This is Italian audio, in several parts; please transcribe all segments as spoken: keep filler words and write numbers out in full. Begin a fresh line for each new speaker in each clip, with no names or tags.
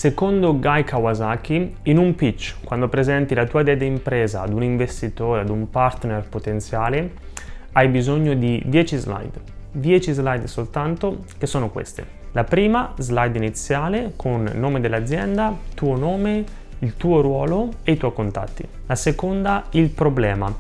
Secondo Guy Kawasaki, in un pitch, quando presenti la tua idea di impresa ad un investitore, ad un partner potenziale, hai bisogno di dieci slide. dieci slide soltanto, che sono queste. La prima, slide iniziale, con nome dell'azienda, tuo nome, il tuo ruolo e i tuoi contatti. La seconda, il problema.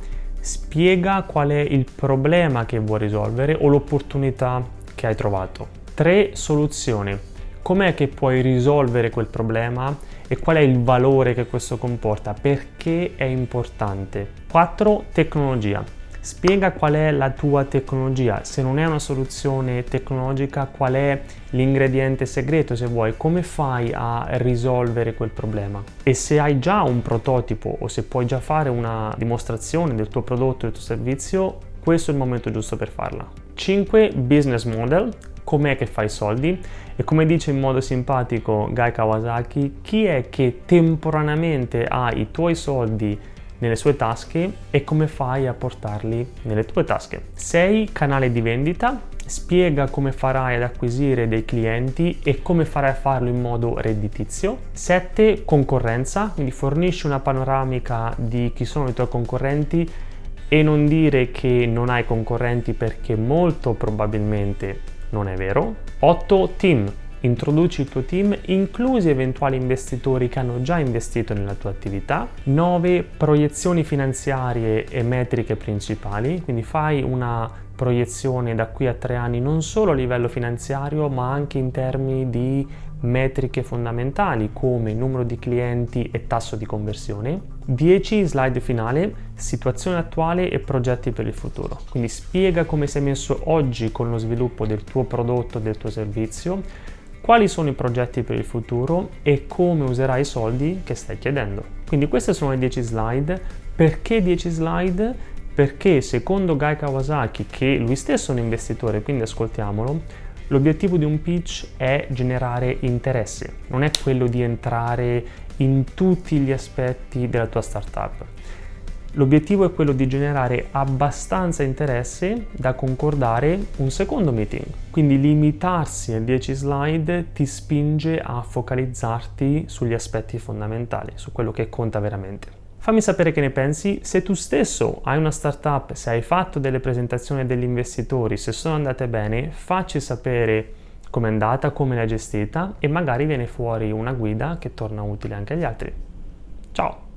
Spiega qual è il problema che vuoi risolvere o l'opportunità che hai trovato. tre. Soluzione. Com'è che puoi risolvere quel problema e qual è il valore che questo comporta? Perché è importante? quattro. Tecnologia. Spiega qual è la tua tecnologia. Se non è una soluzione tecnologica, qual è l'ingrediente segreto, se vuoi, come fai a risolvere quel problema. E se hai già un prototipo o se puoi già fare una dimostrazione del tuo prodotto, del tuo servizio, questo è il momento giusto per farla. cinque. Business model. Com'è che fai soldi? E come dice in modo simpatico Guy Kawasaki, chi è che temporaneamente ha i tuoi soldi nelle sue tasche e come fai a portarli nelle tue tasche? sei. Canale di vendita. Spiega come farai ad acquisire dei clienti e come farai a farlo in modo redditizio. sette. Concorrenza. Quindi fornisci una panoramica di chi sono i tuoi concorrenti e non dire che non hai concorrenti, perché molto probabilmente non è vero. otto. Team. Introduci il tuo team, inclusi eventuali investitori che hanno già investito nella tua attività. nove. Proiezioni finanziarie e metriche principali, quindi fai una proiezione da qui a tre anni non solo a livello finanziario ma anche in termini di metriche fondamentali come numero di clienti e tasso di conversione. dieci. Slide finale, situazione attuale e progetti per il futuro. Quindi spiega come sei messo oggi con lo sviluppo del tuo prodotto, del tuo servizio, quali sono i progetti per il futuro e come userai i soldi che stai chiedendo. Quindi queste sono le dieci slide. Perché dieci slide? Perché secondo Guy Kawasaki, che lui stesso è un investitore, quindi ascoltiamolo, l'obiettivo di un pitch è generare interesse, non è quello di entrare in tutti gli aspetti della tua startup. L'obiettivo è quello di generare abbastanza interesse da concordare un secondo meeting. Quindi limitarsi a dieci slide ti spinge a focalizzarti sugli aspetti fondamentali, su quello che conta veramente. Fammi sapere che ne pensi. Se tu stesso hai una startup, se hai fatto delle presentazioni degli investitori, se sono andate bene, facci sapere com'è andata, come l'hai gestita e magari viene fuori una guida che torna utile anche agli altri. Ciao!